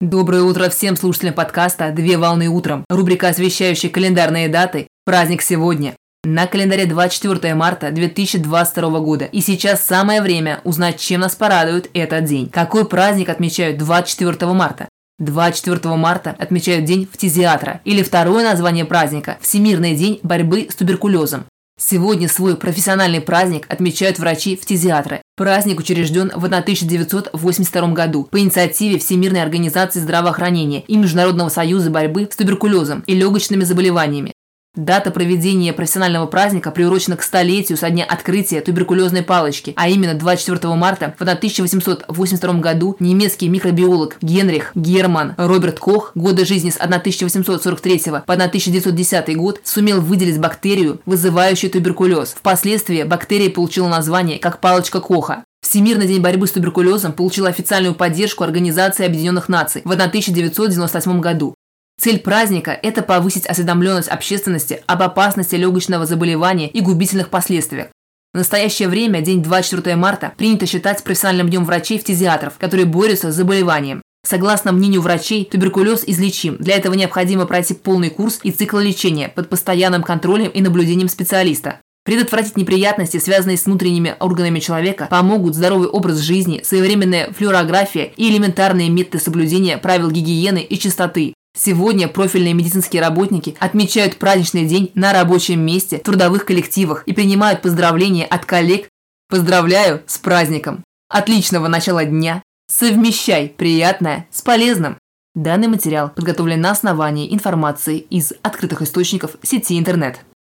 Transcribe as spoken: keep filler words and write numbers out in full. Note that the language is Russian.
Доброе утро всем слушателям подкаста «Две волны утром». Рубрика, освещающая календарные даты. Праздник сегодня. На календаре двадцать четвёртое марта две тысячи двадцать второго года. И сейчас самое время узнать, чем нас порадует этот день. Какой праздник отмечают двадцать четвёртого марта? двадцать четвёртого марта отмечают День фтизиатра, или второе название праздника – Всемирный день борьбы с туберкулезом. Сегодня свой профессиональный праздник отмечают врачи-фтизиатры. Праздник учрежден в тысяча девятьсот восемьдесят втором году по инициативе Всемирной организации здравоохранения и Международного союза борьбы с туберкулезом и легочными заболеваниями. Дата проведения профессионального праздника приурочена к столетию со дня открытия туберкулезной палочки, а именно двадцать четвёртого марта в тысяча восемьсот восемьдесят втором году немецкий микробиолог Генрих Герман Роберт Кох, годы жизни с тысяча восемьсот сорок третьего по тысяча девятьсот десятый год, сумел выделить бактерию, вызывающую туберкулез. Впоследствии бактерия получила название как палочка Коха. Всемирный день борьбы с туберкулезом получил официальную поддержку Организации Объединенных Наций в тысяча девятьсот девяносто восьмом году. Цель праздника – это повысить осведомленность общественности об опасности легочного заболевания и губительных последствиях. В настоящее время день двадцать четвёртого марта принято считать профессиональным днем врачей-фтизиатров, которые борются с заболеванием. Согласно мнению врачей, туберкулез излечим. Для этого необходимо пройти полный курс и цикл лечения под постоянным контролем и наблюдением специалиста. Предотвратить неприятности, связанные с внутренними органами человека, помогут здоровый образ жизни, своевременная флюорография и элементарные методы соблюдения правил гигиены и чистоты. Сегодня профильные медицинские работники отмечают праздничный день на рабочем месте, в трудовых коллективах и принимают поздравления от коллег. Поздравляю с праздником! Отличного начала дня! Совмещай приятное с полезным! Данный материал подготовлен на основании информации из открытых источников сети интернет.